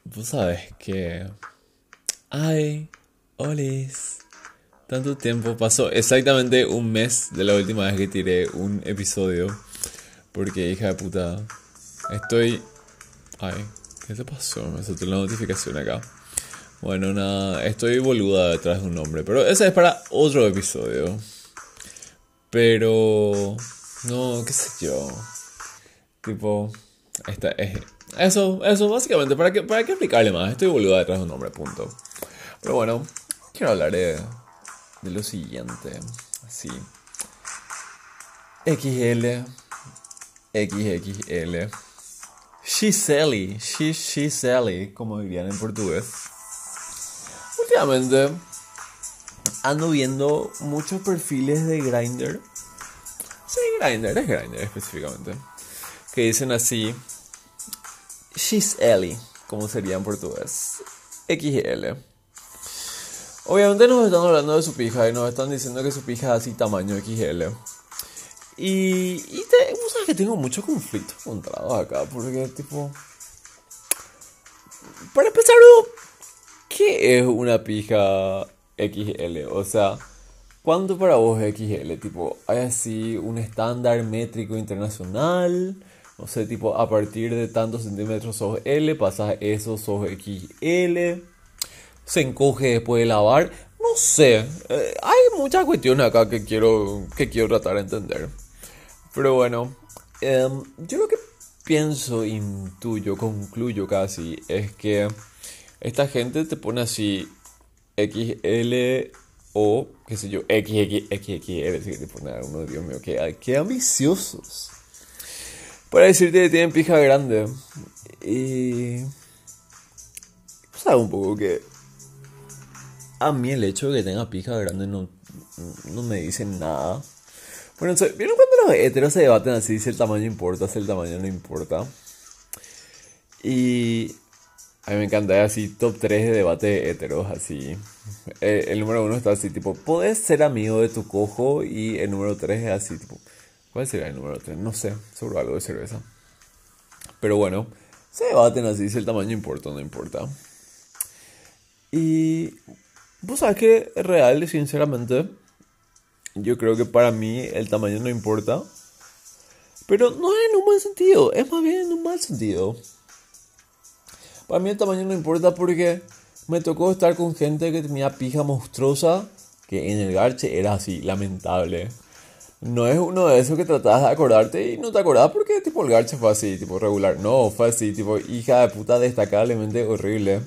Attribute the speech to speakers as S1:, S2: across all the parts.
S1: Vos sabés que... Ay, olis. Tanto tiempo pasó. Exactamente un mes de la última vez que tiré un episodio. Porque, hija de puta, estoy... Ay, ¿qué te pasó? Me saltó la notificación acá. Bueno, nada, estoy boluda detrás de un nombre. Pero ese es para otro episodio. Pero... No, qué sé yo. Tipo... Esta es... Eso, básicamente, ¿para qué explicarle más? Estoy boluda detrás de un nombre, punto. Pero bueno, quiero hablar de lo siguiente. Así. XL, XXL. Gisele, como dirían en portugués. Últimamente ando viendo muchos perfiles de Grindr. Sí, es Grindr específicamente. Que dicen así: Gisele, como sería en portugués. XL. Obviamente nos están hablando de su pija y nos están diciendo que su pija es así tamaño XL. Vos sabes que tengo muchos conflictos encontrados acá, porque tipo... Para empezar, ¿qué es una pija XL? O sea, ¿cuánto para vos es XL? Tipo, ¿hay así un estándar métrico internacional? No sé, tipo, a partir de tantos centímetros sos L, pasas eso, sos XL. Se encoge después de lavar. No sé, hay muchas cuestiones acá que quiero tratar de entender. Pero bueno, yo lo que pienso, intuyo, concluyo casi, es que esta gente te pone así XL o, qué sé yo, XXL, así que te pone uno, Dios mío, qué ambiciosos. Para decirte que tienen pija grande. Y... sabes un poco que a mí el hecho de que tenga pija grande no me dice nada. Bueno, ¿vieron cuando los heteros se debaten así si el tamaño importa, si el tamaño no importa? Y a mí me encanta así top 3 de debate de heteros, así. El número uno está así, tipo, ¿podés ser amigo de tu cojo? Y el número 3 es así, tipo, ¿cuál sería el número 3? No sé, sobre algo de cerveza. Pero bueno, se debaten así si el tamaño importa o no importa. Y vos sabes que es real, sinceramente, yo creo que para mí el tamaño no importa. Pero no es en un buen sentido, es más bien en un mal sentido. Para mí el tamaño no importa porque me tocó estar con gente que tenía pija monstruosa, que en el garche era así, lamentable. No es uno de esos que tratabas de acordarte y no te acordabas porque tipo el garche fue así, tipo regular. No, fue así, tipo hija de puta destacablemente horrible.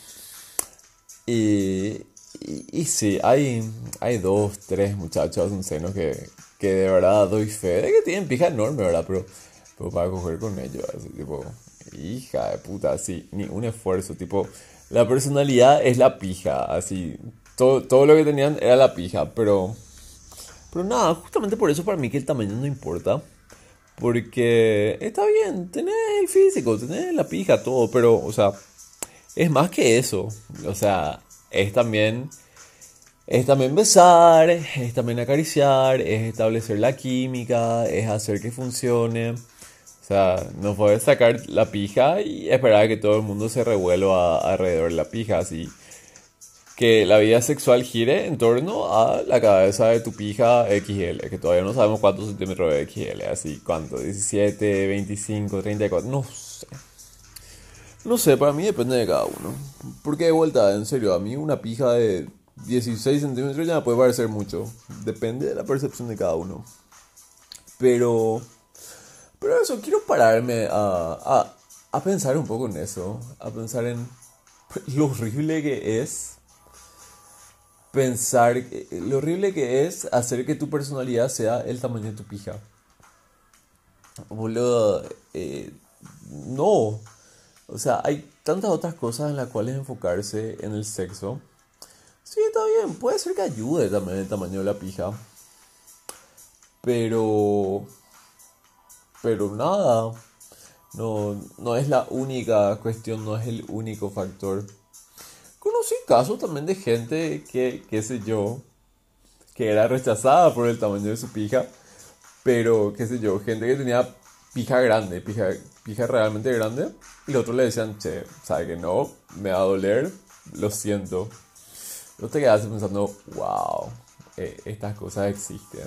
S1: Y, y sí, hay dos, tres muchachos en seno que de verdad doy fe de que tienen pija enorme, ¿verdad? Pero para coger con ellos, así, tipo, hija de puta, así, ni un esfuerzo, tipo, la personalidad es la pija, así, todo lo que tenían era la pija, pero nada, justamente por eso para mí que el tamaño no importa. Porque está bien, tenés el físico, tenés la pija, todo, pero, o sea, es más que eso. O sea, es también besar, es también acariciar, es establecer la química, es hacer que funcione. O sea, no puedes sacar la pija y esperar a que todo el mundo se revuelva alrededor de la pija, así. Que la vida sexual gire en torno a la cabeza de tu pija XL, que todavía no sabemos cuántos centímetros de XL, así, cuánto, 17, 25, 34, no sé. No sé, para mí depende de cada uno. Porque de vuelta, en serio, a mí una pija de 16 centímetros ya me puede parecer mucho. Depende de la percepción de cada uno. Pero... Pero eso, quiero pararme a pensar un poco en eso. A pensar en lo horrible que es pensar... Lo horrible que es hacer que tu personalidad sea el tamaño de tu pija. Boludo, no. O sea, hay tantas otras cosas en las cuales enfocarse en el sexo. Sí, está bien, puede ser que ayude también el tamaño de la pija. Pero... Pero nada. No es la única cuestión, no es el único factor. Conocí casos también de gente que, qué sé yo, que era rechazada por el tamaño de su pija. Pero, qué sé yo, gente que tenía pija grande, pija pija realmente grande. Y los otros le decían, che, sabe que no, me va a doler, lo siento. No te quedas pensando, wow, estas cosas existen.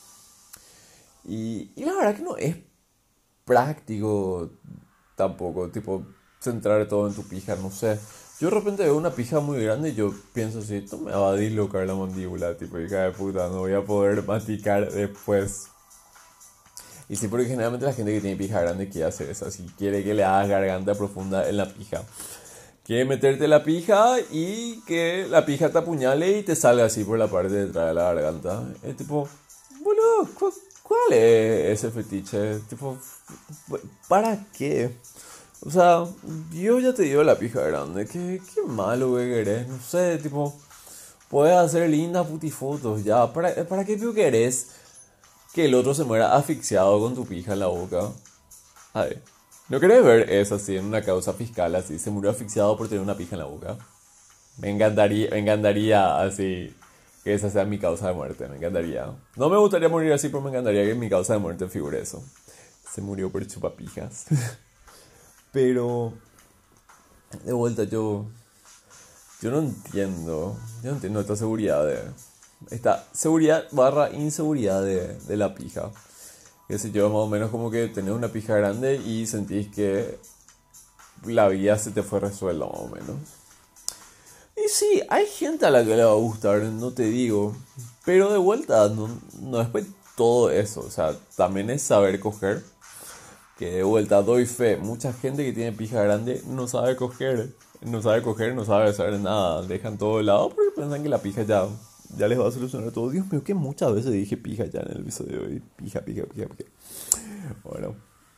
S1: Y la verdad que no es práctico tampoco, tipo, centrar todo en tu pija, no sé. Yo de repente veo una pija muy grande y yo pienso así, esto me va a dislocar la mandíbula, tipo, hija de puta, no voy a poder masticar después. Y sí, porque generalmente la gente que tiene pija grande quiere hacer eso, así quiere que le hagas garganta profunda en la pija. Quiere meterte la pija y que la pija te apuñale y te salga así por la parte de atrás de la garganta. Es tipo, boludo, ¿cuál es ese fetiche? Tipo, ¿para qué? O sea, yo ya te digo la pija grande, qué malo que querés, no sé, tipo, puedes hacer lindas putifotos ya, ¿para qué tú querés que el otro se muera asfixiado con tu pija en la boca? A ver, ¿no querés ver eso así en una causa fiscal así? Se murió asfixiado por tener una pija en la boca. Me encantaría así que esa sea mi causa de muerte, me encantaría. No me gustaría morir así, pero me encantaría que mi causa de muerte figure eso. Se murió por chupapijas. Pero, de vuelta, yo no entiendo esta seguridad barra inseguridad de la pija. Qué sé yo, más o menos como que tenés una pija grande y sentís que la vida se te fue resuelta, más o menos. Y sí, hay gente a la que le va a gustar, no te digo. Pero de vuelta, no es pues todo eso. O sea, también es saber coger. Que de vuelta doy fe. Mucha gente que tiene pija grande no sabe coger. No sabe coger, no sabe hacer nada. Dejan todo de lado porque piensan que la pija ya les va a solucionar todo. Dios mío, que muchas veces dije pija ya en el episodio de hoy. Pija, pija, pija, pija. Bueno.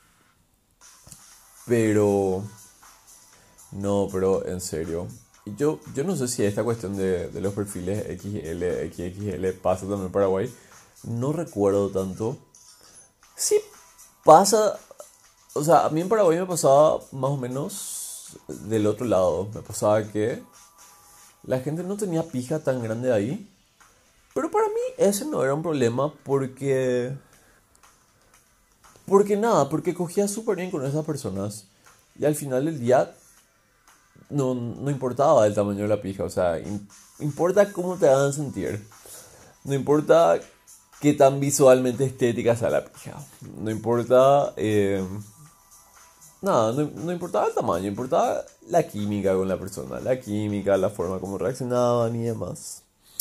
S1: Pero... No, pero en serio. Yo no sé si esta cuestión de los perfiles XL, XXL pasa también en Paraguay. No recuerdo tanto. Sí pasa. O sea, a mí en Paraguay me pasaba más o menos del otro lado. Me pasaba que la gente no tenía pija tan grande ahí. Pero para mí ese no era un problema porque... Porque nada, porque cogía súper bien con esas personas. Y al final del día no importaba el tamaño de la pija. O sea, importa cómo te hagan sentir. No importa qué tan visualmente estética sea la pija. No importa... nada, no importaba el tamaño, importaba la química con la persona, la química, la forma como reaccionaban y demás.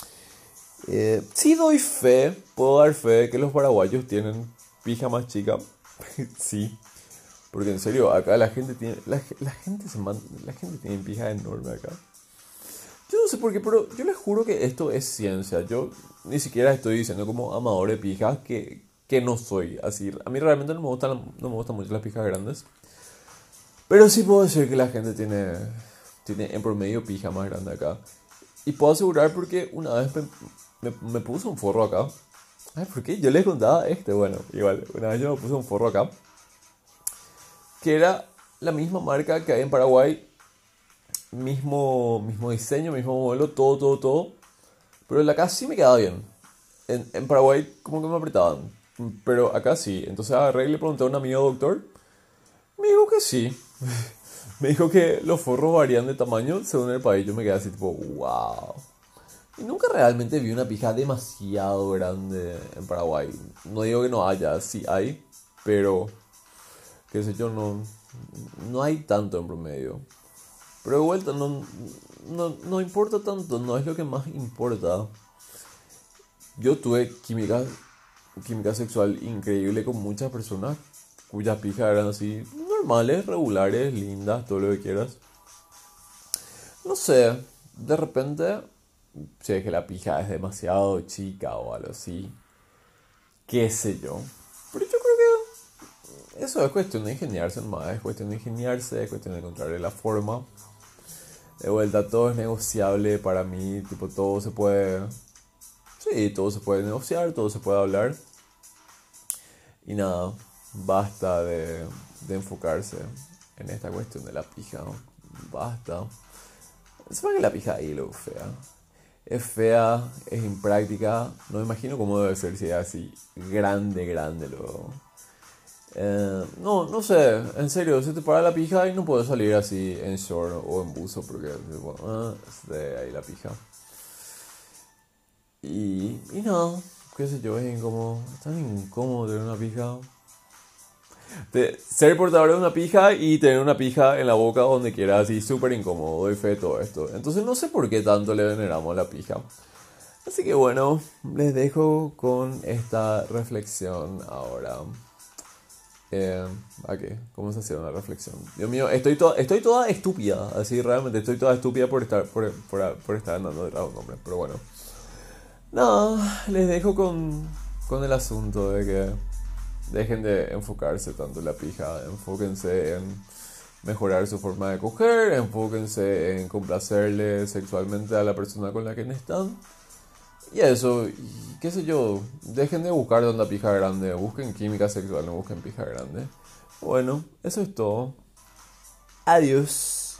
S1: Sí doy fe, puedo dar fe que los paraguayos tienen pija más chica. Sí, porque en serio, acá la gente tiene, la gente tiene pija enorme acá. Yo no sé por qué, pero yo les juro que esto es ciencia. Yo ni siquiera estoy diciendo como amador de pijas que no soy así. A mí realmente no me gustan mucho las pijas grandes. Pero sí puedo decir que la gente tiene en promedio pija más grande acá. Y puedo asegurar porque una vez me puse un forro acá. Ay, ¿por qué? Yo les contaba bueno, igual, una vez yo me puse un forro acá. Que era la misma marca que hay en Paraguay. Mismo diseño, mismo modelo, todo. Pero en la acá sí me quedaba bien. En Paraguay como que me apretaban. Pero acá sí. Entonces agarré y le pregunté a un amigo doctor. Me dijo que sí. Me dijo que los forros varían de tamaño según el país. Yo me quedé así tipo, wow. Y nunca realmente vi una pija demasiado grande en Paraguay. No digo que no haya, sí hay. Pero, qué sé yo, no hay tanto en promedio. Pero de vuelta, no importa tanto, no es lo que más importa. Yo tuve química sexual increíble con muchas personas cuyas pijas eran así normales, regulares, lindas, todo lo que quieras. No sé, de repente, si es que la pija es demasiado chica o algo así, qué sé yo. Pero yo creo que eso es cuestión de ingeniarse nomás, es cuestión de ingeniarse, es cuestión de encontrarle la forma. De vuelta, todo es negociable para mí, tipo todo se puede... Sí, todo se puede negociar, todo se puede hablar. Y nada, basta de enfocarse en esta cuestión de la pija, ¿no? Basta. Se que la pija ahí lo fea. Es fea, es impráctica. No me imagino cómo debe ser si es así grande luego. No sé, en serio, se te para la pija y no puedes salir así en short o en buzo porque tipo, se te ahí la pija. Y no, qué sé yo, es incómodo, es tan incómodo tener una pija. Ser portador de una pija y tener una pija en la boca donde quiera, así súper incómodo, doy fe de todo esto. Entonces no sé por qué tanto le veneramos a la pija. Así que bueno, les dejo con esta reflexión ahora. ¿A qué? ¿Cómo se hace una reflexión? Dios mío, estoy toda estúpida. Así realmente estoy toda estúpida por estar andando detrás de un hombre. Pero bueno. No, les dejo con el asunto de que dejen de enfocarse tanto en la pija. Enfóquense en mejorar su forma de coger. Enfóquense en complacerle sexualmente a la persona con la que están. Y eso, y qué sé yo, dejen de buscar tanta pija grande, busquen química sexual, no busquen pija grande. Bueno, eso es todo. Adiós.